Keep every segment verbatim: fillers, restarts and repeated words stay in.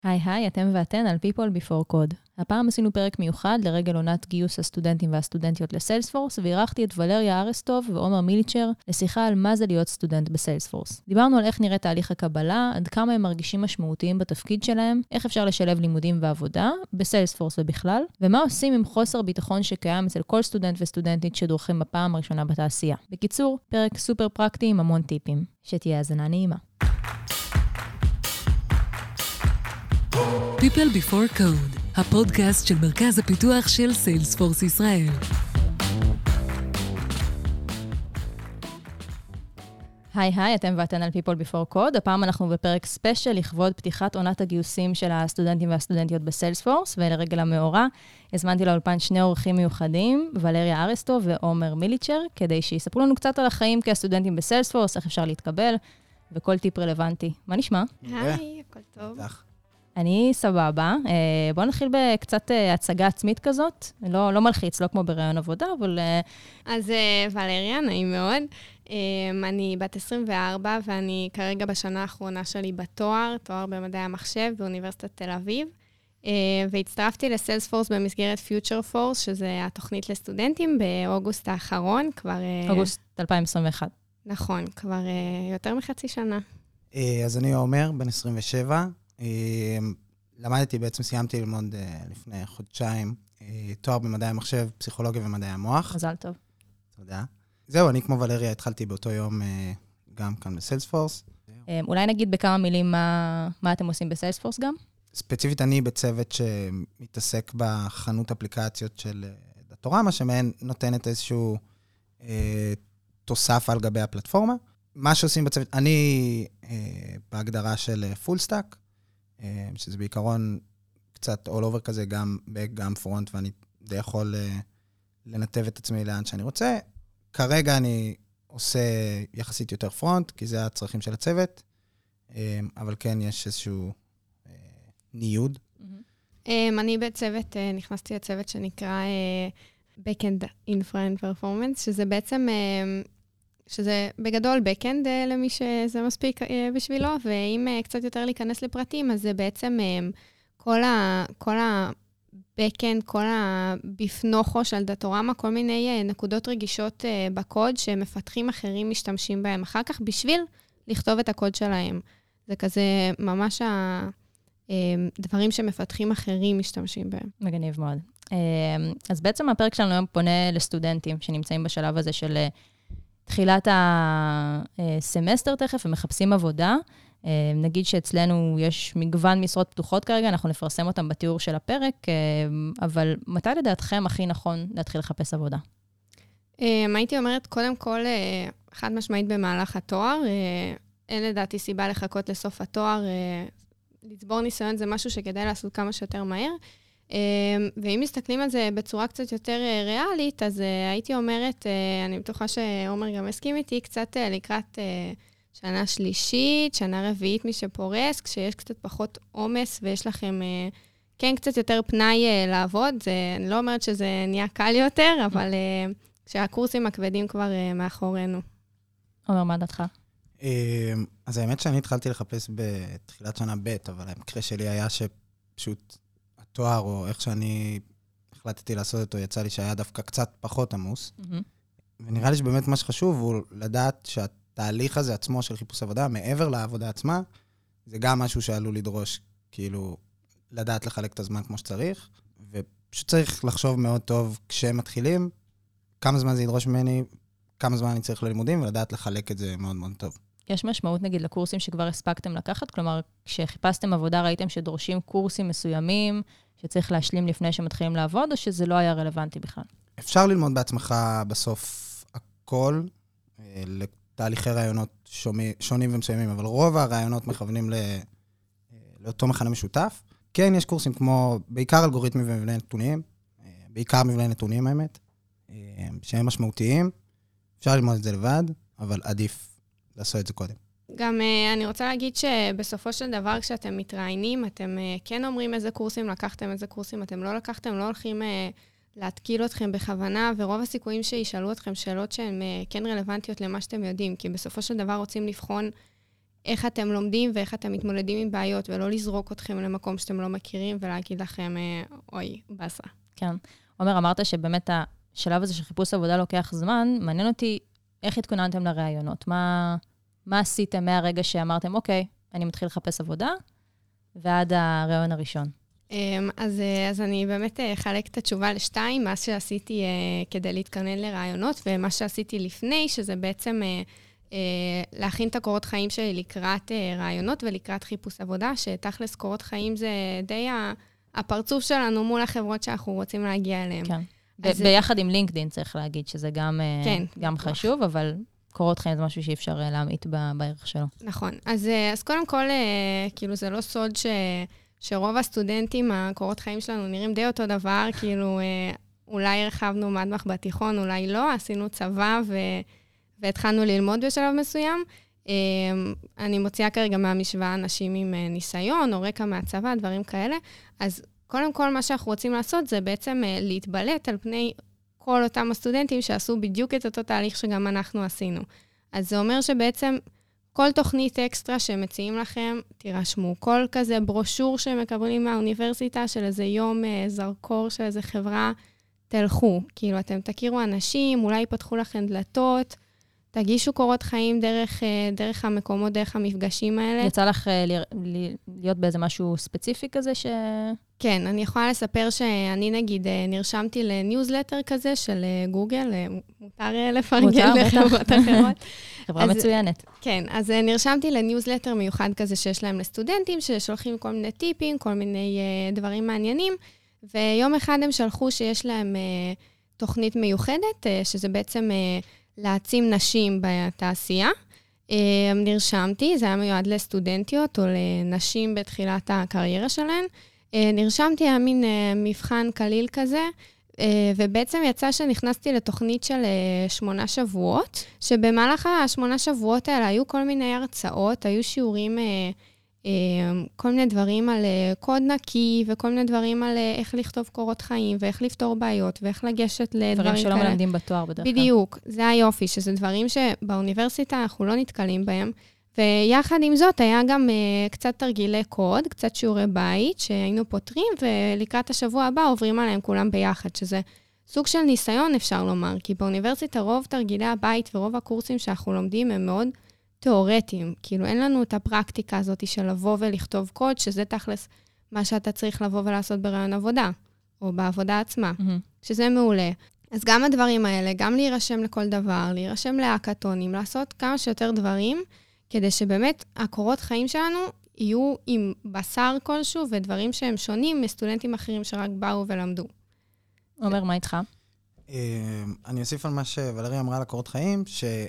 היי היי, אתם ואתן על People Before Code. הפעם עשינו פרק מיוחד לרגל עונת גיוס הסטודנטים והסטודנטיות לסיילספורס, ואירחתי את ולריה ארסטוב ועומר מיליצ'ר לשיחה על מה זה להיות סטודנט בסיילספורס. דיברנו על איך נראה תהליך הקבלה, עד כמה הם מרגישים משמעותיים בתפקיד שלהם, איך אפשר לשלב לימודים ועבודה, בסיילספורס ובכלל, ומה עושים עם חוסר ביטחון שקיים אצל כל סטודנט וסטודנטית שדורכים בפעם הראשונה בתעשייה. בקיצור, פרק סופר פרקטי עם המון טיפים. שתהיה האזנה נעימה. People Before Code, הפודקאסט של מרכז הפיתוח של סיילספורס ישראל. היי היי, אתם ואתן על People Before Code. הפעם אנחנו בפרק ספיישל לכבוד פתיחת עונת הגיוסים של הסטודנטים והסטודנטיות בסיילספורס, ולרגל המאורע הזמנתי לאולפן שני אורחים מיוחדים, ולריה ארסטוב ועומר מיליצ'ר, כדי שיספרו לנו קצת על החיים כסטודנטים בסיילספורס, איך אפשר להתקבל, וכל טיפ רלוונטי. מה נשמע? היי, הכל טוב. אני סבבה. בואו נתחיל בקצת הצגה עצמית כזאת. לא, לא מלחיץ, לא כמו ברעיון עבודה, אבל... אז ולריה, נעים מאוד. אני בת עשרים וארבע, ואני כרגע בשנה האחרונה שלי בתואר, תואר במדעי המחשב באוניברסיטת תל אביב, והצטרפתי לסיילספורס במסגרת Future Force, שזה התוכנית לסטודנטים, באוגוסט האחרון, כבר... אוגוסט אלפיים עשרים ואחת. נכון, כבר יותר מחצי שנה. אז אני עומר, בן עשרים ושבע, למדתי, בעצם סיימתי ללמוד לפני חודשיים, תואר במדעי המחשב, פסיכולוגיה ומדעי המוח. מזל טוב. תודה. זהו, אני כמו ולריה התחלתי באותו יום גם כאן בסיילספורס. אולי נגיד בכמה מילים מה, מה אתם עושים בסיילספורס גם? ספציפית אני בצוות שמתעסק בחנות אפליקציות של דאטורמה, שמהן נותנת איזשהו אה, תוסף על גבי הפלטפורמה. מה שעושים בצוות, אני אה, בהגדרה של פול סטאק, שזה בעיקרון קצת all over כזה, גם back, גם front, ואני די יכול לנתב את עצמי לאן שאני רוצה. כרגע אני עושה יחסית יותר front, כי זה הצרכים של הצוות, אבל כן יש איזשהו ניוד. אני בצוות, נכנסתי לצוות שנקרא Backend Infra and Performance, שזה בעצם... שזה בגדול בקאנד למי שזה מספיק בשבילו, ואם קצת יותר להיכנס לפרטים, אז זה בעצם כל ה... כל הבקאנד, כל הביפנוכו של דאטורמה, כל מיני נקודות רגישות בקוד שמפתחים אחרים משתמשים בהם אחר כך, בשביל לכתוב את הקוד שלהם. זה כזה ממש הדברים שמפתחים אחרים משתמשים בהם. מגניב מאוד. אז בעצם הפרק שלנו היום פונה לסטודנטים שנמצאים בשלב הזה של... תחילת הסמסטר תכף, ומחפשים עבודה. נגיד שאצלנו יש מגוון משרות פתוחות כרגע, אנחנו נפרסם אותם בתיאור של הפרק, אבל מתי לדעתכם הכי נכון להתחיל לחפש עבודה? הייתי אומרת, קודם כל, חד משמעית במהלך התואר, אין לדעתי סיבה לחכות לסוף התואר, לצבור ניסיון זה משהו שכדאי לעשות כמה שיותר מהר, ואם מסתכלים על זה בצורה קצת יותר ריאלית, אז הייתי אומרת, אני בטוחה שעומר גם הסכים איתי, קצת לקראת שנה שלישית, שנה רביעית מי שפורס, כשיש קצת פחות עומס ויש לכם כן קצת יותר פנאי לעבוד, זה, אני לא אומרת שזה נהיה קל יותר, אבל כשהקורסים הכבדים כבר מאחורינו. עומר, מה דעתך? אז האמת שאני התחלתי לחפש בתחילת שנה ב', אבל המקרה שלי היה שפשוט... תואר, או איך שאני החלטתי לעשות אותו, יצא לי שהיה דווקא קצת פחות עמוס. Mm-hmm. ונראה לי שבאמת מה שחשוב הוא לדעת שהתהליך הזה עצמו של חיפוש עבודה, מעבר לעבודה עצמה, זה גם משהו שעלול לדרוש, כאילו, לדעת לחלק את הזמן כמו שצריך, ופשוט צריך לחשוב מאוד טוב כשמתחילים, כמה זמן זה ידרוש ממני, כמה זמן אני צריך ללימודים, ולדעת לחלק את זה מאוד מאוד טוב. יש משמעות, נגיד, לקורסים שכבר הספקתם לקחת? כלומר, כשחיפשתם עבודה, ראיתם שדורשים קורסים מסוימים, שצריך להשלים לפני שמתחילים לעבוד, או שזה לא היה רלוונטי בכלל? אפשר ללמוד בעצמך בסוף הכל, לתהליכי רעיונות שונים ומסוימים, אבל רוב הרעיונות מכוונים לאותו מכנה משותף. כן, יש קורסים כמו, בעיקר אלגוריתמים ומבני נתונים, בעיקר מבני נתונים, האמת, שהם משמעותיים. אפשר ללמוד את זה לבד, אבל עדיף לעשות את זה קודם. גם אני רוצה להגיד שבסופו של דבר, כשאתם מתראיינים, אתם כן אומרים איזה קורסים לקחתם, איזה קורסים אתם לא לקחתם, לא הולכים להתקיל אתכם בכוונה, ורוב הסיכויים שישאלו אתכם שאלות שהן כן רלוונטיות למה שאתם יודעים, כי בסופו של דבר רוצים לבחון איך אתם לומדים ואיך אתם מתמודדים עם בעיות, ולא לזרוק אתכם למקום שאתם לא מכירים, ולהגיד לכם, אוי, בסה. כן. עומר, אמרת שבאמת השלב הזה של חיפוש עבודה לוקח זמן, מעניין אותי איך התכוננתם לראיונות, מה, מה עשיתם מהרגע שאמרתם, אוקיי, אני מתחיל לחפש עבודה, ועד הראיון הראשון. אז, אז אני באמת אחלק את התשובה לשתיים, מה שעשיתי כדי להתכונן לראיונות, ומה שעשיתי לפני, שזה בעצם להכין את הקורות חיים שלי לקראת ראיונות ולקראת חיפוש עבודה, שתכלס קורות חיים זה די הפרצוף שלנו מול החברות שאנחנו רוצים להגיע אליהן. כן. אז ביחד עם לינקדין צריך להגיד שזה גם, כן, גם חשוב, אבל קורות חיים זה משהו שאי אפשר להמעיט בערך שלו. נכון. אז, אז קודם כל, כאילו זה לא סוד ש... שרוב הסטודנטים, הקורות חיים שלנו נראים די אותו דבר, כאילו אולי הרחבנו מדמח בתיכון, אולי לא, עשינו צבא ו... והתחלנו ללמוד בשלב מסוים. אני מוציאה כרגע מהמשוואה אנשים עם ניסיון, או רקע מהצבא, דברים כאלה. אז קודם כל, מה שאנחנו רוצים לעשות זה בעצם להתבלט על פני כל אותם הסטודנטים שעשו בדיוק את אותו תהליך שגם אנחנו עשינו. אז זה אומר שבעצם כל תוכנית אקסטרה שמציעים לכם, תירשמו. כל כזה ברושור שמקבלים מהאוניברסיטה של איזה יום זרקור של איזה חברה, תלכו. כאילו, אתם תכירו אנשים, אולי יפתחו לכם דלתות, תגישו קורות חיים דרך, דרך המקומות, דרך המפגשים האלה. יצא לך להיות באיזה משהו ספציפי כזה ש... כן, אני יכולה לספר שאני נגיד נרשמתי לניוזלטר כזה של גוגל, מותר לפרגן לחברות אחרות. חברה מצוינת. כן, אז נרשמתי לניוזלטר מיוחד כזה שיש להם לסטודנטים, ששולחים כל מיני טיפים, כל מיני דברים מעניינים, ויום אחד הם שלחו שיש להם תוכנית מיוחדת, שזה בעצם להעצים נשים בתעשייה. נרשמתי, זה היה מיועד לסטודנטיות או לנשים בתחילת הקריירה שלהן. נרשמתי, היה מין מבחן קליל כזה, ובעצם יצא שנכנסתי לתוכנית של שמונה שבועות, שבמהלך השמונה שבועות האלה היו כל מיני הרצאות, היו שיעורים, כל מיני דברים על קוד נקי, וכל מיני דברים על איך לכתוב קורות חיים, ואיך לפתור בעיות, ואיך לגשת לדברים כאלה. דברים שלא מלמדים בתואר בדרך כלל. בדיוק, זה היופי, שזה דברים שבאוניברסיטה אנחנו לא נתקלים בהם, ויחד עם זאת היה גם uh, קצת תרגילי קוד, קצת שיעורי בית שהיינו פותרים, ולקראת השבוע הבא עוברים עליהם כולם ביחד, שזה סוג של ניסיון אפשר לומר, כי באוניברסיטה רוב תרגילי הבית ורוב הקורסים שאנחנו לומדים הם מאוד תיאורטיים, כאילו אין לנו את הפרקטיקה הזאת של לבוא ולכתוב קוד, שזה תכלס מה שאתה צריך לבוא ולעשות ברעיון עבודה, או בעבודה עצמה, mm-hmm. שזה מעולה. אז גם הדברים האלה, גם להירשם לכל דבר, להירשם להאקתונים, לעשות כמה שיותר דברים, כדי שבאמת הקורות חיים שלנו יהיו עם בשר כלשהו, ודברים שהם שונים מסטודנטים אחרים שרק באו ולמדו. עומר, מה איתך? אני אוסיף על מה שוולרי אמרה על הקורות חיים,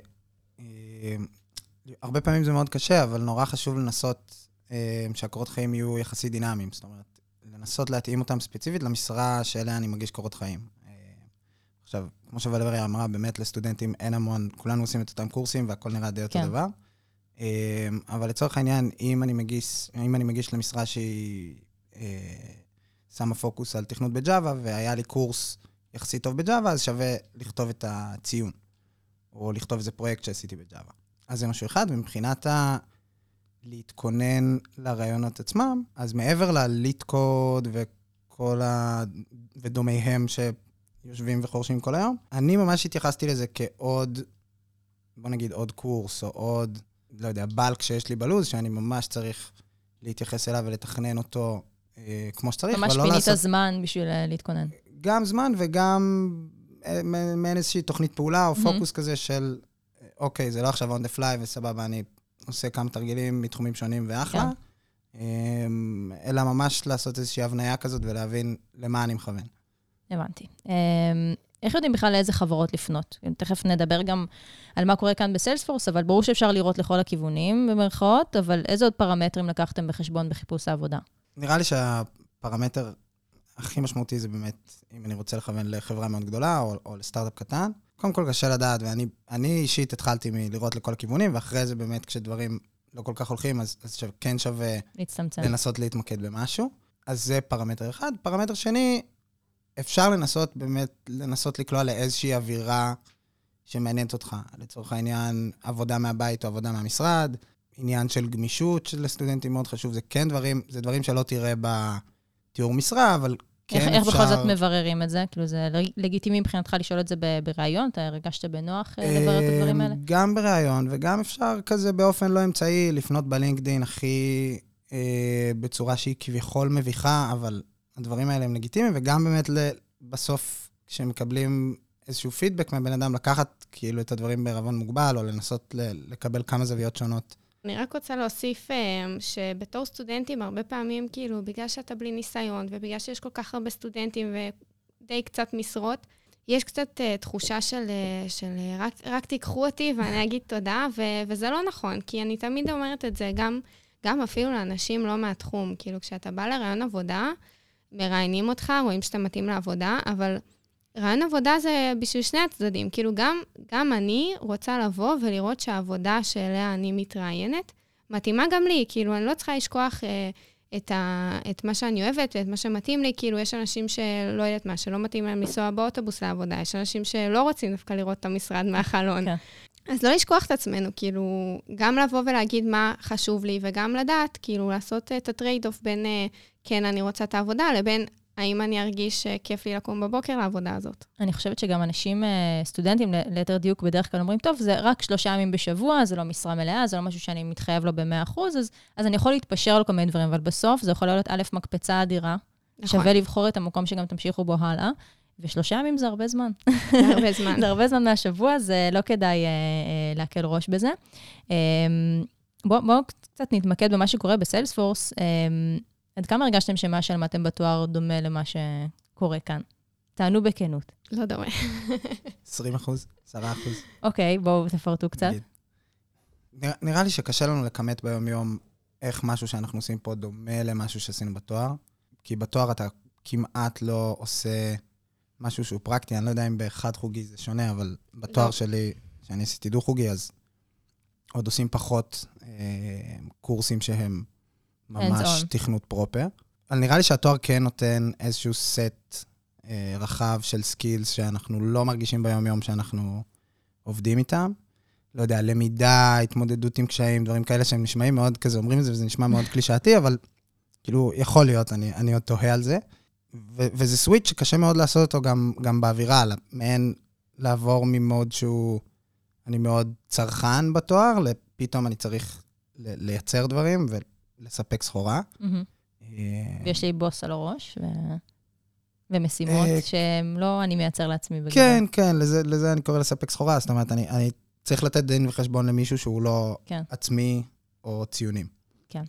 שהרבה פעמים זה מאוד קשה, אבל נורא חשוב לנסות שהקורות חיים יהיו יחסית דינמיים. זאת אומרת, לנסות להתאים אותם ספציפית למשרה שאליה אני מגיש קורות חיים. עכשיו, כמו שוולרי אמרה, באמת לסטודנטים אין המון, כולנו עושים את אותם קורסים והכל נראה די אותו דבר. אבל לצורך העניין, אם אני מגיש, אם אני מגיש למשרה שהיא שמה פוקוס על תכנות בג'אווה, והיה לי קורס יחסית טוב בג'אווה, אז שווה לכתוב את הציון, או לכתוב איזה פרויקט שעשיתי בג'אווה. אז זה משהו אחד, ומבחינת ה... להתכונן לרעיונות עצמם, אז מעבר לליט קוד וכל ה... ודומיהם שיושבים וחורשים כל היום, אני ממש התייחסתי לזה כעוד, בוא נגיד עוד קורס, או עוד... לא יודע, בלק שיש לי בלוז, שאני ממש צריך להתייחס אליו ולתכנן אותו אה, כמו שצריך. ממש פינית לעשות... זמן בשביל להתכונן. גם זמן וגם אה, מעין איזושהי תוכנית פעולה או mm-hmm. פוקוס כזה של, אוקיי, זה לא עכשיו on the fly וסבבה, אני עושה כמה תרגילים מתחומים שונים ואחלה, yeah. אה, אלא ממש לעשות איזושהי הבניה כזאת ולהבין למה אני מכוון. הבנתי. אה... איך יודעים בכלל לאיזה חברות לפנות? תכף נדבר גם על מה קורה כאן בסיילספורס, אבל ברור שאפשר לראות לכל הכיוונים במרכאות, אבל איזה עוד פרמטרים לקחתם בחשבון בחיפוש העבודה? נראה לי שהפרמטר הכי משמעותי זה באמת, אם אני רוצה לכוון לחברה מאוד גדולה או, או לסטארט-אפ קטן, קודם כל קשה לדעת, ואני אני אישית התחלתי מלראות לכל הכיוונים, ואחרי זה באמת כשדברים לא כל כך הולכים, אז, אז כן שווה להצטמצם. לנסות להתמקד במשהו. אז זה פרמטר אחד. פרמטר שני, אפשר לנסות באמת, לנסות לקלוע לאיזושהי אווירה שמעניינת אותך. לצורך העניין, עבודה מהבית או עבודה מהמשרד, עניין של גמישות של הסטודנטים מאוד חשוב, זה כן דברים, זה דברים שלא תראה בתיאור משרה, אבל כן איך, אפשר... איך בכל זאת מבררים את זה? כאילו זה לגיטימי מבחינתך לשאול את זה ברעיון? אתה הרגשת בנוח לברר את הדברים האלה? גם ברעיון, וגם אפשר כזה באופן לא אמצעי, לפנות בלינקדין הכי אה, בצורה שהיא כביכול מביכה, אבל הדברים האלה הם לגיטימיים, וגם באמת בסוף, כשמקבלים איזשהו פידבק מבן אדם, לקחת כאילו את הדברים בערבון מוגבל, או לנסות לקבל כמה זוויות שונות. אני רק רוצה להוסיף שבתור סטודנטים, הרבה פעמים, כאילו, בגלל שאתה בלי ניסיון, ובגלל שיש כל כך הרבה סטודנטים ודי קצת משרות, יש קצת תחושה של, של רק, רק תיקחו אותי ואני אגיד תודה, ו, וזה לא נכון, כי אני תמיד אומרת את זה, גם, גם אפילו לאנשים לא מהתחום, כאילו, כשאתה בא לרעיון עבודה, מראיינים אותך, רואים שאתה מתאים לעבודה, אבל רעיון עבודה זה בשביל שני הצדדים. כאילו, גם, גם אני רוצה לבוא ולראות שהעבודה שאליה אני מתראיינת, מתאימה גם לי. כאילו, אני לא צריכה לשכוח אה, את, ה, את מה שאני אוהבת ואת מה שמתאים לי. כאילו, יש אנשים שלא יודעת מה, שלא מתאים להם לנסוע באוטובוס לעבודה. יש אנשים שלא רוצים דווקא לראות את המשרד מהחלון. כן. אז לא לשכוח את עצמנו, כאילו, גם לבוא ולהגיד מה חשוב לי, וגם לדעת, כאילו, לעשות את הטרייד-אוף בין, אה, כן, אני רוצה את העבודה, לבין האם אני ארגיש כיף לי לקום בבוקר לעבודה הזאת? אני חושבת שגם אנשים, סטודנטים, ליתר דיוק בדרך כלל אומרים, טוב, זה רק שלושה ימים בשבוע, זה לא משרה מלאה, זה לא משהו שאני מתחייב לו ב-מאה אחוז, אז, אז אני יכול להתפשר על כל מיני דברים, אבל בסוף זה יכול להיות א' מקפצה אדירה, נכון. שווה לבחור את המקום שגם תמשיכו בו הלאה, ושלושה ימים זה הרבה זמן. זה הרבה זמן. זה הרבה זמן מהשבוע, זה לא כדאי אה, אה, להקל ראש בזה. אה, בואו בוא קצת נתמקד במה שקורה בסיילספורס, אה, עד כמה הרגשתם שמה שלמדתם בתואר דומה למה שקורה כאן? תענו בכנות. לא דומה. עשרים אחוז, עשרה אחוז. אוקיי, בואו תפרטו קצת. נראה, נראה לי שקשה לנו לכמת ביום יום איך משהו שאנחנו עושים פה דומה למשהו שעשינו בתואר, כי בתואר אתה כמעט לא עושה משהו שהוא פרקטי, אני לא יודע אם באחד חוגי זה שונה, אבל בתואר לא. שלי, שאני עשיתי דו חוגי, אז עוד עושים פחות אה, קורסים שהם ממש תכנות פרופר. אבל נראה לי שהתואר כן נותן איזשהו סט אה, רחב של סקילס שאנחנו לא מרגישים ביום יום שאנחנו עובדים איתם. לא יודע, למידה, התמודדות עם קשיים, דברים כאלה שהם נשמעים מאוד כזה, אומרים את זה וזה נשמע מאוד קלישאתי, אבל כאילו יכול להיות, אני, אני עוד תוהה על זה. ו- וזה סוויץ' שקשה מאוד לעשות אותו גם, גם באווירה, מעין לעבור ממוד שהוא, אני מאוד צרכן בתואר, לפתאום אני צריך ל- לייצר דברים ו... לספק סחורה. ויש לי בוס על הראש, ומשימות שהם לא אני מייצר לעצמי בגלל. כן, כן, לזה אני קורא לספק סחורה. זאת אומרת, אני צריך לתת דין וחשבון למישהו שהוא לא עצמי או ציונים. כן.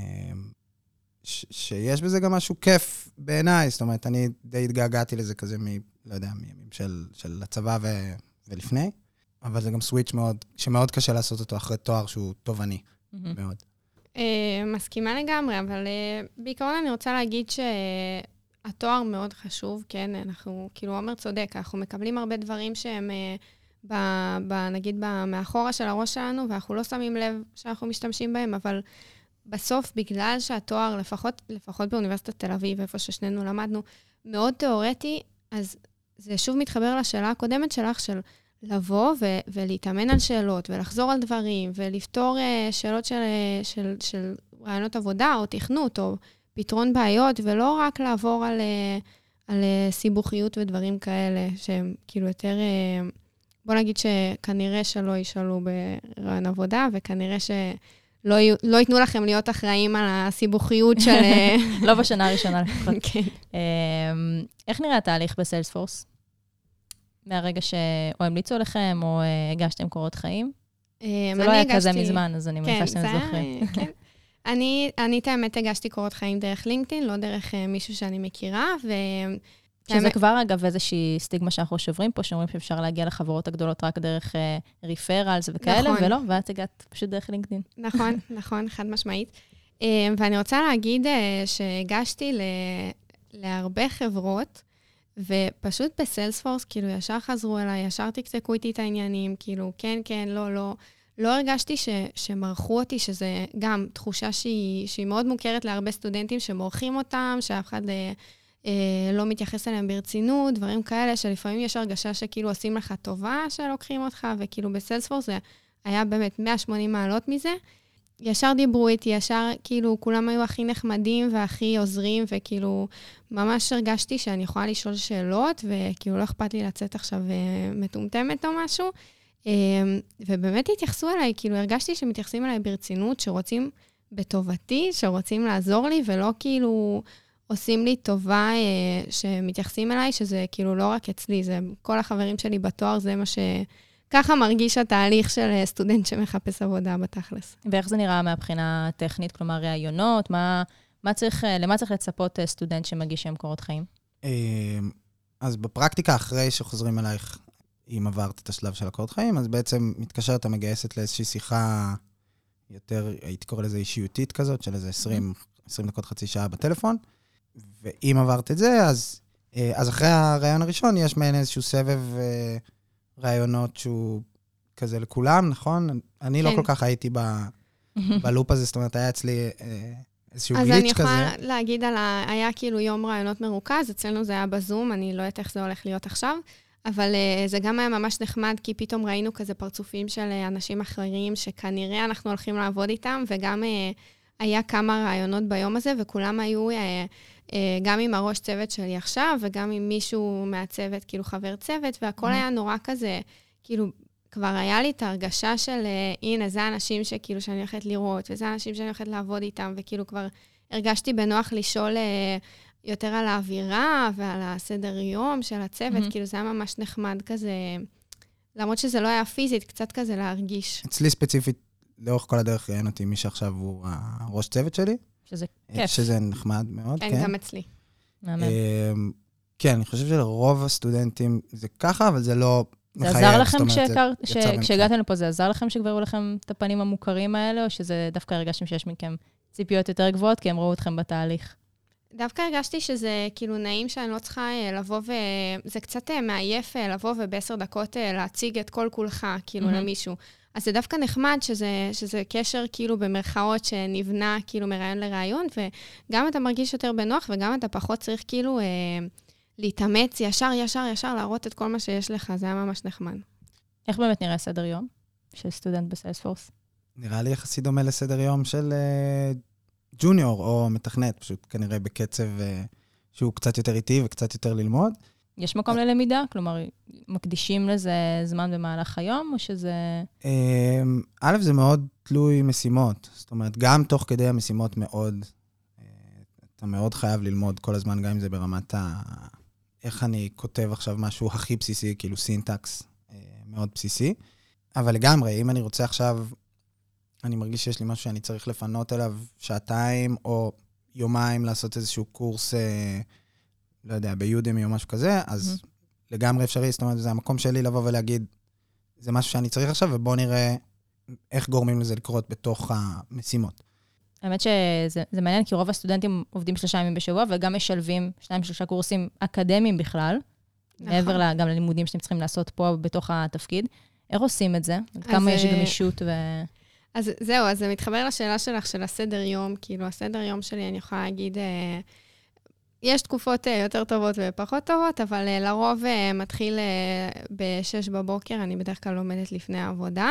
שיש בזה גם משהו כיף בעיניי. זאת אומרת, אני די התגעגעתי לזה כזה מ... לא יודע, מימים של הצבא ולפני, אבל זה גם סוויץ' מאוד, שמאוד קשה לעשות אותו אחרי תואר שהוא תובעני מאוד. מסכימה לגמרי, אבל בעיקרון אני רוצה להגיד שהתואר מאוד חשוב, כן, אנחנו, כאילו עומר צודק, אנחנו מקבלים הרבה דברים שהם, נגיד, מאחורה של הראש שלנו, ואנחנו לא שמים לב שאנחנו משתמשים בהם, אבל בסוף, בגלל שהתואר, לפחות, לפחות באוניברסיטת תל אביב, איפה ששנינו למדנו, מאוד תיאורטי, אז זה שוב מתחבר לשאלה הקודמת שלך, של לבוא ו- ולהתאמן על שאלות, ולחזור על דברים, ולפתור uh, שאלות של, של, של רעיונות עבודה, או תכנות, או פתרון בעיות, ולא רק לעבור על, uh, על uh, סיבוכיות ודברים כאלה, שהם כאילו יותר, uh, בוא נגיד שכנראה שלא ישאלו ברעיון עבודה, וכנראה שלא י- לא ייתנו לכם להיות אחראים על הסיבוכיות של... לא בשנה הראשונה לפחות. כן. איך נראה התהליך בסיילספורס? מהרגע שאו המליצו לכם, או הגשתם קורות חיים? זה לא היה כזה מזמן, אז אני מניחה שאתם זוכרים. אני, את האמת, הגשתי קורות חיים דרך לינקדאין, לא דרך מישהו שאני מכירה, ו... שזה כבר, אגב, איזושהי סטיגמה שאנחנו שוברים פה, שאומרים שאפשר להגיע לחברות הגדולות רק דרך ריפרלס וכאלה, ולא, ואת הגעת פשוט דרך לינקדאין. נכון, נכון, חד משמעית. ואני רוצה להגיד שהגשתי להרבה חברות, ופשוט בסיילספורס, כאילו, ישר חזרו אליי, ישר תקצקו איתי את העניינים, כאילו, כן, כן, לא, לא. לא הרגשתי ש, שמרחו אותי, שזה גם תחושה שהיא, שהיא מאוד מוכרת להרבה סטודנטים שמורחים אותם, שאף אחד אה, אה, לא מתייחס אליהם ברצינות, דברים כאלה, שלפעמים יש הרגשה שכאילו עושים לך טובה שלוקחים אותך, וכאילו בסיילספורס זה היה באמת מאה ושמונים מעלות מזה. ישר דיברו איתי, ישר כאילו כולם היו הכי נחמדים והכי עוזרים, וכאילו ממש הרגשתי שאני יכולה לשאול שאלות, וכאילו לא אכפת לי לצאת עכשיו מטומטמת או משהו, ובאמת התייחסו אליי, כאילו הרגשתי שמתייחסים אליי ברצינות, שרוצים בטובתי, שרוצים לעזור לי, ולא כאילו עושים לי טובה שמתייחסים אליי, שזה כאילו לא רק אצלי, זה כל החברים שלי בתואר, זה מה ש... ככה מרגיש התהליך של סטודנט שמחפש עבודה בתכלס. ואיך זה נראה מהבחינה הטכנית, כלומר ראיונות, מה, מה צריך, למה צריך לצפות סטודנט שמגיש שם קורות חיים? אז בפרקטיקה, אחרי שחוזרים אלייך, אם עברת את השלב של הקורות חיים, אז בעצם מתקשרת המגייסת לאיזושהי שיחה יותר, הייתי קורא לזה אישיותית כזאת, של איזה עשרים, עשרים דקות, חצי שעה בטלפון, ואם עברת את זה, אז, אז אחרי הרעיון הראשון, יש מעין איזשהו סבב רעיונות שהוא כזה לכולם, נכון? אני לא כל כך הייתי בלופ הזה, זאת אומרת, היה אצלי איזשהו גליץ' כזה. אז אני יכולה להגיד על ה... היה כאילו יום רעיונות מרוכז, אצלנו זה היה בזום, אני לא יודעת איך זה הולך להיות עכשיו, אבל זה גם היה ממש נחמד, כי פתאום ראינו כזה פרצופים של אנשים אחרים, שכנראה אנחנו הולכים לעבוד איתם, וגם היה כמה רעיונות ביום הזה, וכולם היו גם עם הראש צוות שלי עכשיו, וגם עם מישהו מהצוות, כאילו חבר צוות, והכל היה נורא כזה, כאילו, כבר היה לי את ההרגשה של, הנה, זה האנשים שכאילו שאני הולכת לראות, וזה האנשים שאני הולכת לעבוד איתם, וכאילו כבר הרגשתי בנוח לשאול יותר על האווירה, ועל הסדר יום של הצוות, mm-hmm. כאילו זה היה ממש נחמד כזה, למרות שזה לא היה פיזית, קצת כזה להרגיש. אצלי ספציפית, לאורך כל הדרך ראיין אותי מי שעכשיו הוא הראש צוות שלי. שזה כיף. שזה נחמד מאוד, כן. כן, גם אצלי. כן, אני חושב שלרוב הסטודנטים זה ככה, אבל זה לא מחייב. זה עזר לכם כשהגעתם לפה, זה עזר לכם שכבר היו לכם את הפנים המוכרים האלה, או שזה דווקא הרגשתם שיש מכם ציפיות יותר גבוהות, כי הם ראו אתכם בתהליך? דווקא הרגשתי שזה כאילו נעים שאני לא צריכה לבוא ו... זה קצת מעייף לבוא ובעשר דקות להציג את כל כולך, כאילו, למישהו. אז זה דווקא נחמד שזה, שזה קשר כאילו במרכאות שנבנה כאילו מרעיון לרעיון, וגם אתה מרגיש יותר בנוח, וגם אתה פחות צריך כאילו אה, להתאמץ ישר, ישר, ישר, להראות את כל מה שיש לך, זה היה ממש נחמד. איך באמת נראה סדר יום של סטודנט בסיילספורס? נראה לי יחסי דומה לסדר יום של אה, ג'וניור או מתכנת, פשוט כנראה בקצב אה, שהוא קצת יותר איטי וקצת יותר ללמוד. יש מקום ללמידה? כלומר, מקדישים לזה זמן במהלך היום, או שזה... א', זה מאוד תלוי משימות. זאת אומרת, גם תוך כדי המשימות מאוד, אתה מאוד חייב ללמוד כל הזמן, גם אם זה ברמת ה... איך אני כותב עכשיו משהו הכי בסיסי, כאילו סינטקס מאוד בסיסי. אבל לגמרי, אם אני רוצה עכשיו, אני מרגיש שיש לי משהו שאני צריך לפנות אליו שעתיים, או יומיים לעשות איזשהו קורס... לא יודע, ביודמי או משהו כזה, אז mm-hmm. לגמרי אפשרי, זאת אומרת, זה המקום שלי לבוא ולהגיד, זה משהו שאני צריך עכשיו, ובואו נראה איך גורמים לזה לקרות בתוך המשימות. האמת שזה זה מעניין, כי רוב הסטודנטים עובדים שלושה ימים בשבוע, וגם משלבים שניים שלושה קורסים אקדמיים בכלל, נכון. מעבר גם ללימודים שאתם צריכים לעשות פה בתוך התפקיד. איך עושים את זה? כמה יש גמישות ו... אז זהו, אז זה מתחבר לשאלה שלך של הסדר יום, כאילו הסדר יום שלי, אני יכולה להגיד... יש תקופות יותר טובות ופחות טובות, אבל לרוב מתחיל בשש בבוקר, אני בדרך כלל לומדת לפני העבודה.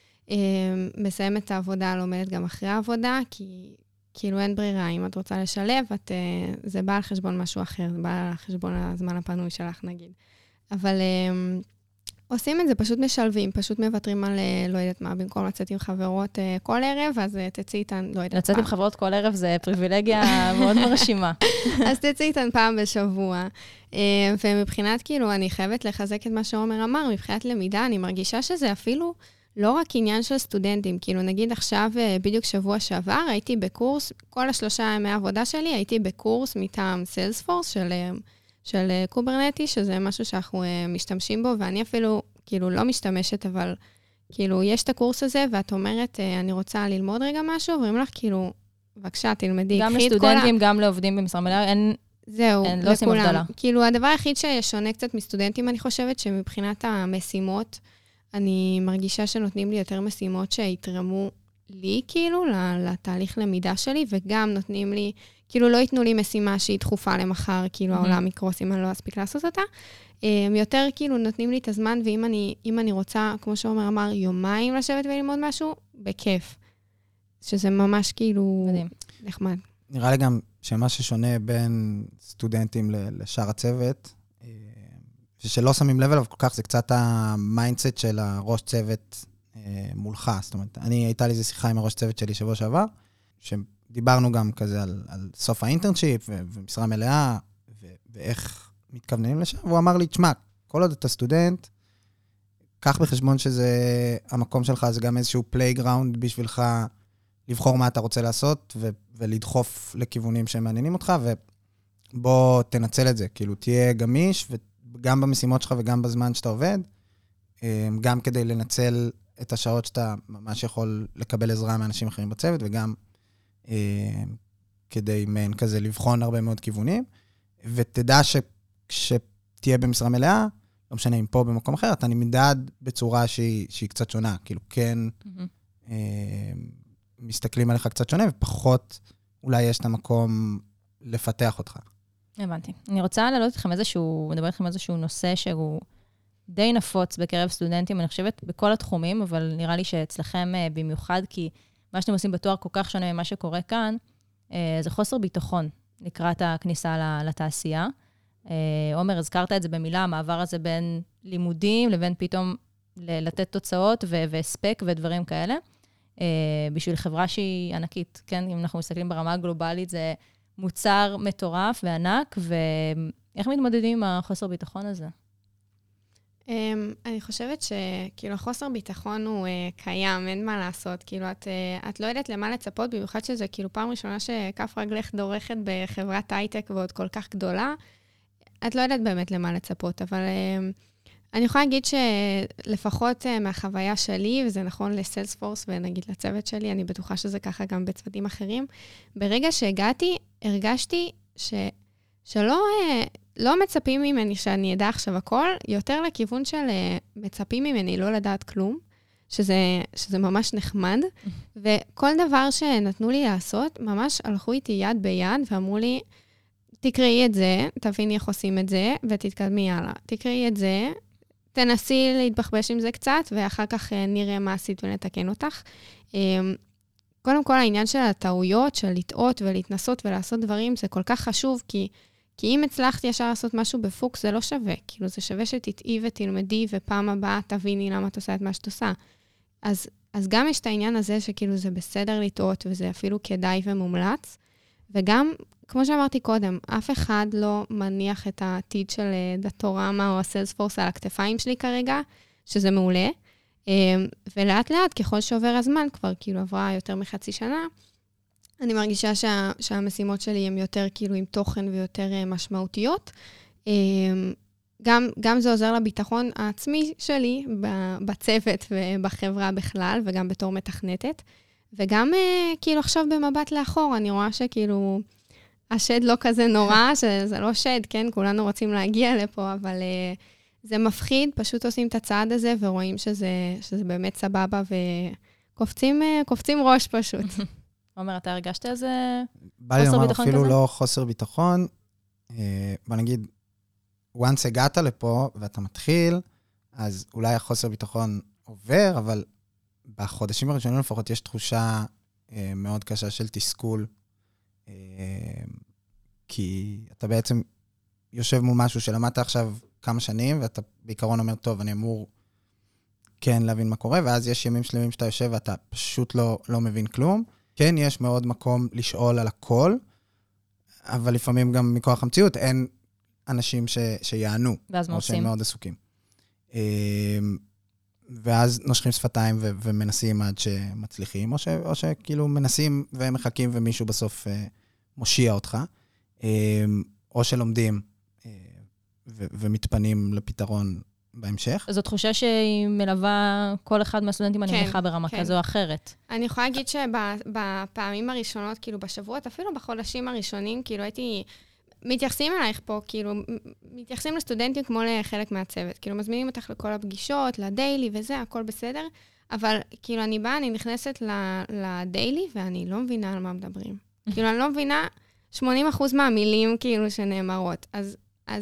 מסיימת את העבודה, לומדת גם אחרי העבודה, כי כאילו אין ברירה, אם את רוצה לשלב, את, זה בא על חשבון משהו אחר, זה בא על חשבון הזמן הפנוי שלך, נגיד. אבל עושים את זה, פשוט משלבים, פשוט מוותרים על, לא יודעת מה, במקום לצאת עם חברות כל ערב, אז תצאי איתן, לא יודעת. לצאת עם חברות כל ערב זה פריבילגיה מאוד מרשימה. אז תצאי איתן פעם בשבוע. ומבחינת, כאילו, אני חייבת לחזק את מה שעומר אמר, מבחינת למידה, אני מרגישה שזה אפילו לא רק עניין של סטודנטים. כאילו, נגיד עכשיו, בדיוק שבוע שעבר, הייתי בקורס, כל השלושה ימי העבודה שלי, הייתי בקורס מטעם סיילספורס של... של קוברנטי, שזה משהו שאנחנו משתמשים בו, ואני אפילו, כאילו, לא משתמשת, אבל, כאילו, יש את הקורס הזה, ואת אומרת, אני רוצה ללמוד רגע משהו, ואומרים לך, כאילו, בבקשה, תלמדי. גם לסטודנטים, גם לעובדים במשרה מלאה, אין, זהו, אין, לא עושים הבדלה. כאילו, הדבר היחיד ששונה קצת מסטודנטים, אני חושבת שמבחינת המשימות, אני מרגישה שנותנים לי יותר משימות שיתרמו לי, כאילו, לתהליך למידה שלי, וגם נותנים לי, כאילו לא ייתנו לי משימה שהיא דחופה למחר, כאילו העולם יקרוס אם אני לא אספיק לעשות אותה. יותר כאילו נותנים לי את הזמן, ואם אני, אם אני רוצה, כמו שעומר אמר, יומיים לשבת וללמוד משהו, בכיף. שזה ממש כאילו מדהים. נחמד. נראה לי גם שמה ששונה בין סטודנטים לשאר הצוות, שלא שמים לב אליו כל כך, זה קצת המיינדסט של הראש צוות מולך. זאת אומרת, אני, הייתה לי איזו שיחה עם הראש צוות שלי שבוע שעבר, שדיברנו גם כזה על, על סוף האינטרנשיפ ו- ומשרה מלאה, ו- ואיך מתכוונים לשם, והוא אמר לי, תשמע, כל עוד אתה סטודנט, קח בחשבון שזה, המקום שלך זה גם איזשהו פלייגראונד בשבילך לבחור מה אתה רוצה לעשות, ו- ולדחוף לכיוונים שמעניינים אותך, ובוא תנצל את זה, כאילו תהיה גמיש, וגם במשימות שלך וגם בזמן שאתה עובד, גם כדי לנצל את השעות שאתה ממש יכול לקבל עזרה מאנשים אחרים בצוות, וגם כדי מעין כזה לבחון הרבה מאוד כיוונים, ותדע שכשתהיה במשרה מלאה, לא משנה אם פה במקום אחר, אתה נמדד בצורה שהיא, שהיא קצת שונה, כאילו כן mm-hmm. אה, מסתכלים עליך קצת שונה, ופחות אולי יש את המקום לפתח אותך. הבנתי. אני רוצה להעלות אתכם איזשהו, מדבר איתכם איזשהו נושא שהוא די נפוץ בקרב סטודנטים, אני חושבת בכל התחומים, אבל נראה לי שאצלכם אה, במיוחד, כי מה שאתם עושים בתואר כל כך שונה ממה שקורה כאן, אה, זה חוסר ביטחון לקראת הכניסה לתעשייה. עומר, הזכרת את זה במילה, המעבר הזה בין לימודים לבין פתאום לתת תוצאות והספק ודברים כאלה, בשביל חברה שהיא ענקית, כן? אם אנחנו מסתכלים ברמה הגלובלית, זה מוצר מטורף וענק, ואיך מתמודדים עם החוסר ביטחון הזה? אני חושבת שכאילו החוסר ביטחון הוא קיים, אין מה לעשות. כאילו את, את לא יודעת למה לצפות, במיוחד שזה כאילו פעם ראשונה שכף רגלך דורכת בחברת הייטק ועוד כל כך גדולה, את לא יודעת באמת למה לצפות, אבל uh, אני יכולה להגיד שלפחות uh, מהחוויה שלי, וזה נכון לסיילספורס ונגיד לצוות שלי, אני בטוחה שזה ככה גם בצוותים אחרים, ברגע שהגעתי, הרגשתי ש, שלא uh, לא מצפים ממני שאני אדע עכשיו הכל, יותר לכיוון של uh, מצפים ממני לא לדעת כלום, שזה, שזה ממש נחמד, וכל דבר שנתנו לי לעשות, ממש הלכו איתי יד ביד ואמרו לי, תקראי את זה, תביני איך עושים את זה, ותתקדמי הלאה. תקראי את זה, תנסי להתבחבש עם זה קצת, ואחר כך נראה מה עשית ונתקן אותך. קודם כל, העניין של הטעויות, של לטעות ולהתנסות ולעשות דברים, זה כל כך חשוב, כי, כי אם הצלחתי ישר לעשות משהו בפוקס, זה לא שווה. כאילו, זה שווה שתטעי ותלמדי, ופעם הבאה תביני למה את עושה את מה שאת עושה. אז, אז גם יש את העניין הזה, שכאילו זה בסדר לטעות, וזה אפילו כדאי ומומלץ, וגם, כמו שאמרתי קודם, אף אחד לא מניח את העתיד של דאטורמה או הסיילספורס על הכתפיים שלי כרגע, שזה מעולה. ולאט לאט, ככל שעובר הזמן, כבר כאילו עברה יותר מחצי שנה, אני מרגישה שה, שהמשימות שלי הן יותר כאילו עם תוכן ויותר משמעותיות. גם, גם זה עוזר לביטחון העצמי שלי בצוות ובחברה בכלל, וגם בתור מתכנתת. וגם כאילו עכשיו במבט לאחור, אני רואה שכאילו השד לא כזה נורא, שזה לא שד, כן? כולנו רוצים להגיע לפה, אבל זה מפחיד, פשוט עושים את הצעד הזה ורואים שזה, שזה באמת סבבה, וקופצים קופצים ראש פשוט. עומר, אתה הרגשת איזה בא לי לומר אפילו לא חוסר ביטחון, בוא נגיד, once הגעת לפה ואתה מתחיל, אז אולי החוסר ביטחון עובר, אבל בחודשים הראשונים לפחות יש תחושה אה, מאוד קשה של תסכול, אה, כי אתה בעצם יושב מול משהו שלמדת עכשיו כמה שנים, ואתה בעיקרון אומר, טוב, אני אמור כן להבין מה קורה, ואז יש ימים שלמים שאתה יושב ואתה פשוט לא, לא מבין כלום. כן, יש מאוד מקום לשאול על הכל, אבל לפעמים גם מכוח המציאות אין אנשים ש, שיענו, או שהם מאוד עסוקים. אה, ואז נושכים שפתיים ו- ומנסים עד שמצליחים, או, ש- או שכאילו מנסים ומחכים ומישהו בסוף אה, מושיע אותך, אה, או שלומדים אה, ו- ומתפנים לפתרון בהמשך. זו תחושה שהיא מלווה כל אחד מהסטודנטים, אני מניחה ברמה כן. כזו או אחרת. אני יכולה להגיד שבפעמים הראשונות, כאילו בשבועות, אפילו בחודשים הראשונים, כאילו הייתי... מתייחסים אלייך פה, כאילו, מתייחסים לסטודנטים כמו לחלק מהצוות. כאילו, מזמינים אותך לכל הפגישות, לדיילי וזה, הכל בסדר. אבל, כאילו, אני באה, אני נכנסת לדיילי, ואני לא מבינה על מה מדברים. כאילו, אני לא מבינה שמונים אחוז מהמילים, כאילו, שנאמרות. אז, אז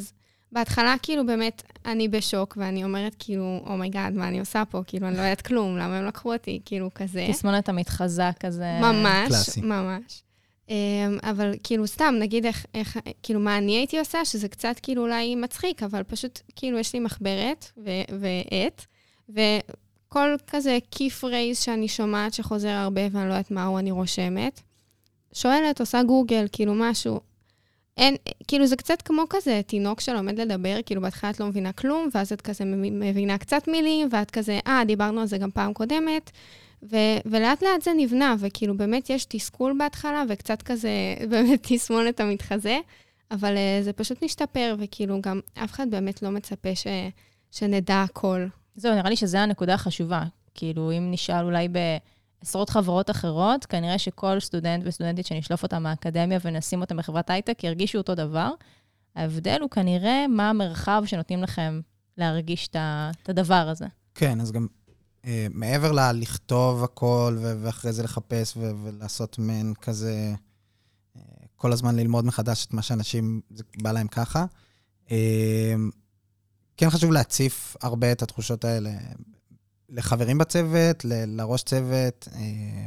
בהתחלה, כאילו, באמת, אני בשוק, ואני אומרת, כאילו, אומייגאד, מה אני עושה פה? כאילו, אני לא יודעת כלום, למה הם לקחו אותי? כאילו, כזה. תסמונת המתחזה כזה. ממש, קלאסי. ממש. אבל כאילו, סתם, נגיד איך, איך, כאילו, מה אני הייתי עושה, שזה קצת, כאילו, אולי מצחיק, אבל פשוט, כאילו, יש לי מחברת ועט, וכל כזה key phrase שאני שומעת שחוזר הרבה, ואני לא יודעת מהו, אני רושמת. שואלת, עושה גוגל, כאילו, משהו. אין, כאילו, זה קצת כמו כזה, תינוק שלומד לדבר, כאילו, בהתחלה את לא מבינה כלום, ואז את כזה מבינה קצת מילים, ואת כזה, אה, דיברנו על זה גם פעם קודמת, ו- ולאט לאט זה נבנה, וכאילו, באמת יש תסכול בהתחלה, וקצת כזה, באמת תסמונת המתחזה, אבל uh, זה פשוט משתפר, וכאילו, גם אף אחד באמת לא מצפה ש- שנדע הכל. זהו, נראה לי שזו הנקודה החשובה. כאילו, אם נשאל אולי בעשרות חברות אחרות, כנראה שכל סטודנט וסטודנטית שנשלוף אותם מהאקדמיה ונשים אותם בחברת הייטק, ירגישו אותו דבר. ההבדל הוא כנראה מה המרחב שנותנים לכם להרגיש את הדבר הזה. כן, אז גם אה, מעבר לכתוב הכל, ו- ואחרי זה לחפש ו- ולעשות מן כזה, אה, כל הזמן ללמוד מחדש את מה שאנשים, זה בא להם ככה. אה, כן חשוב להציף הרבה את התחושות האלה לחברים בצוות, ל- לראש צוות, אה,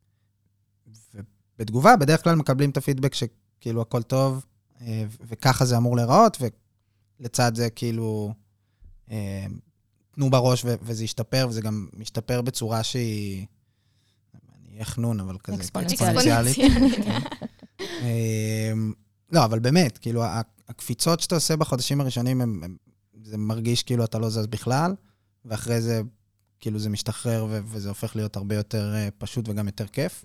ובתגובה בדרך כלל מקבלים את הפידבק שכאילו הכל טוב, אה, וככה זה אמור להיראות, ולצד זה כאילו אה, תנו בראש ו- וזה ישתפר, וזה גם משתפר בצורה שהיא, אני אהיה חנון, אבל כזה אקספוננציאלית. אה, לא, אבל באמת, כאילו הקפיצות שאתה עושה בחודשים הראשונים, הם, הם, זה מרגיש כאילו אתה לא זז בכלל, ואחרי זה כאילו זה משתחרר, ו- וזה הופך להיות הרבה יותר פשוט וגם יותר כיף.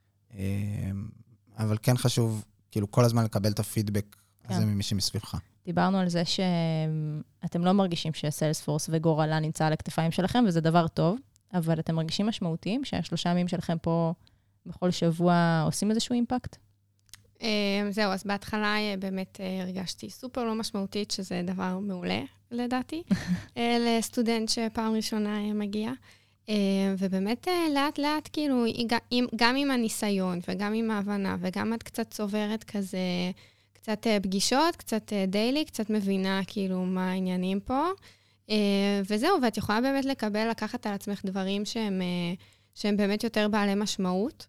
אבל כן חשוב, כאילו, כל הזמן לקבל את הפידבק הזה ממי שמסביבך. דיברנו על זה שאתם לא מרגישים שסיילספורס וגורלה נמצא על הכתפיים שלכם, וזה דבר טוב, אבל אתם מרגישים משמעותיים שהשלושה ימים שלכם פה בכל שבוע עושים איזשהו אימפקט? זהו, אז בהתחלה באמת הרגשתי סופר לא משמעותית, שזה דבר מעולה, לדעתי, לסטודנט שפעם ראשונה מגיע. ובאמת לאט לאט, כאילו, גם עם הניסיון וגם עם ההבנה, וגם את קצת צוברת כזה, קצת פגישות, קצת דיילי, קצת מבינה כאילו מה העניינים פה. וזהו, ואת יכולה באמת לקבל, לקחת על עצמך דברים שהם, שהם באמת יותר בעלי משמעות.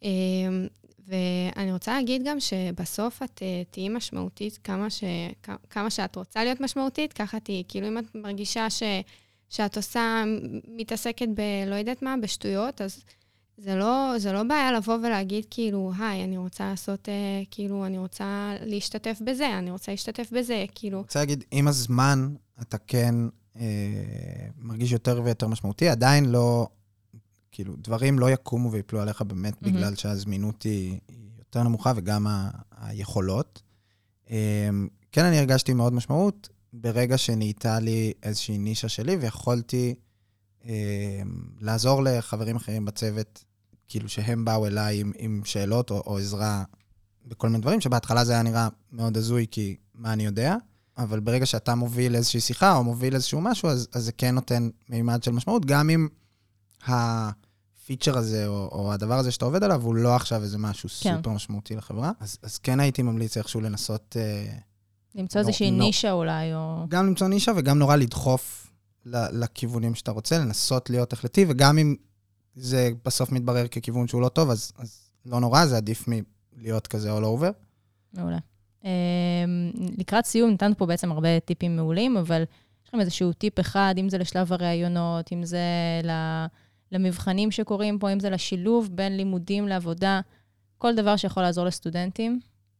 ואני רוצה להגיד גם שבסוף את תהיי משמעותית כמה, ש, כמה שאת רוצה להיות משמעותית, ככה תהיי. כאילו אם את מרגישה ש, שאת עושה, מתעסקת בלא יודעת מה, בשטויות, אז זה לא, זה לא בעיה לבוא ולהגיד כאילו, היי, אני רוצה לעשות, כאילו, אני רוצה להשתתף בזה, אני רוצה להשתתף בזה, כאילו. אני רוצה להגיד, עם הזמן אתה כן אה, מרגיש יותר ויותר משמעותי, עדיין לא, כאילו, דברים לא יקומו ויפלו עליך באמת, mm-hmm. בגלל שהזמינות היא, היא יותר נמוכה, וגם ה, היכולות. אה, כן, אני הרגשתי מאוד משמעות, ברגע שנהייתה לי איזושהי נישה שלי, ויכולתי אה, לעזור לחברים אחרים בצוות, כאילו שהם באו אליי עם, עם שאלות או, או עזרה בכל מיני דברים, שבהתחלה זה היה נראה מאוד הזוי, כי מה אני יודע, אבל ברגע שאתה מוביל איזושהי שיחה, או מוביל איזשהו משהו, אז, אז זה כן נותן מימד של משמעות, גם אם הפיצ'ר הזה, או, או הדבר הזה שאתה עובד עליו, הוא לא עכשיו איזה משהו כן. סופר משמעותי לחברה. אז, אז כן הייתי ממליץ איכשהו לנסות אה, למצוא איזושהי נישה אולי, או... גם למצוא נישה, וגם נורא לדחוף לכיוונים שאתה רוצה, לנסות להיות החלטי, וגם אם זה בסוף מתברר ככיוון שהוא לא טוב, אז, אז לא נורא, זה עדיף מלהיות כזה all over. מעולה. לקראת סיום, נתנו פה בעצם הרבה טיפים מעולים, אבל יש לכם איזשהו טיפ אחד, אם זה לשלב הרעיונות, אם זה למבחנים שקורים פה, אם זה לשילוב בין לימודים לעבודה, כל דבר שיכול לעזור לסטודנטים.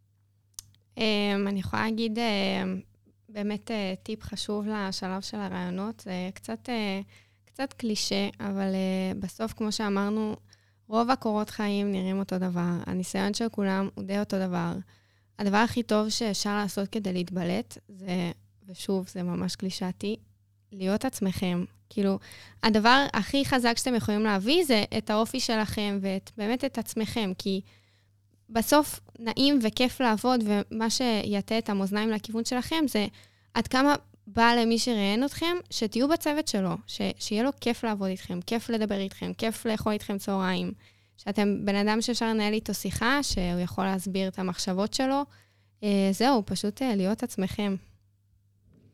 אני יכולה להגיד באמת טיפ חשוב לשלב של הרעיונות, זה קצת, קצת קלישה, אבל בסוף, כמו שאמרנו, רוב הקורות חיים נראים אותו דבר, הניסיון של כולם הוא די אותו דבר. הדבר הכי טוב שאפשר לעשות כדי להתבלט, זה, ושוב, זה ממש קלישתי, להיות עצמכם. כאילו, הדבר הכי חזק שאתם יכולים להביא זה את האופי שלכם, ובאמת את עצמכם, כי בסוף נעים וכיף לעבוד, ומה שיתה את המאזניים לכיוון שלכם, זה עד כמה בא למי שראיין אתכם, שתהיו בצוות שלו, ש, שיהיה לו כיף לעבוד איתכם, כיף לדבר איתכם, כיף לאכול איתכם צהריים, שאתם בן אדם שאפשר לנהל איתו שיחה, שהוא יכול להסביר את המחשבות שלו. זהו, פשוט להיות עצמכם.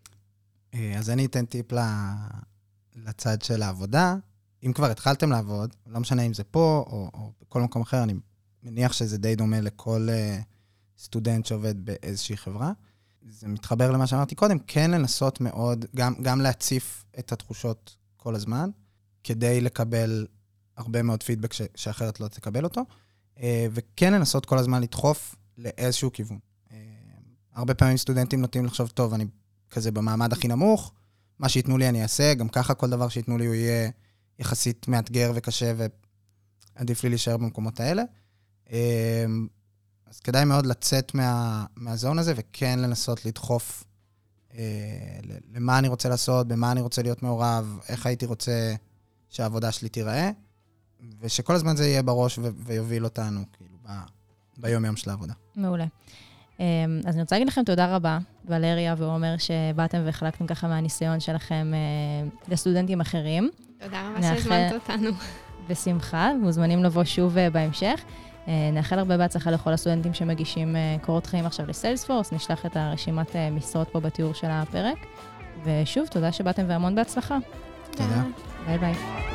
אז אני אתן טיפ לצד של העבודה. אם כבר התחלתם לעבוד, לא משנה אם זה פה או, או בכל מקום אחר, אני מניח שזה די דומה לכל סטודנט שעובד באיזושהי חברה. זה מתחבר למה שאמרתי קודם, כן לנסות מאוד, גם, גם להציף את התחושות כל הזמן, כדי לקבל הרבה מאוד פידבק ש, שאחרת לא תקבל אותו, וכן לנסות כל הזמן לדחוף לאיזשהו כיוון. הרבה פעמים סטודנטים נוטים לחשוב, טוב, אני כזה במעמד הכי נמוך, מה שיתנו לי אני אעשה, גם ככה כל דבר שיתנו לי הוא יהיה יחסית מאתגר וקשה, ועדיף לי להישאר במקומות האלה. אז כדאי מאוד לצאת מה, מהזון הזה, וכן לנסות לדחוף למה אני רוצה לעשות, במה אני רוצה להיות מעורב, איך הייתי רוצה שהעבודה שלי תיראה, ושכל הזמן זה יהיה בראש ו- ויוביל אותנו, כאילו, ב- ביום יום של העבודה. מעולה. אז אני רוצה להגיד לכם תודה רבה, ולריה ועומר, שבאתם והחלקתם ככה מהניסיון שלכם לסטודנטים אחרים. תודה רבה שהזמנת אותנו. בשמחה, מוזמנים לבוא שוב בהמשך. נאחל הרבה בהצלחה לכל הסטודנטים שמגישים קורות חיים עכשיו לסיילספורס, נשלח את הרשימת משרות פה בתיאור של הפרק, ושוב, תודה שבאתם והמון בהצלחה. תודה. ביי ביי.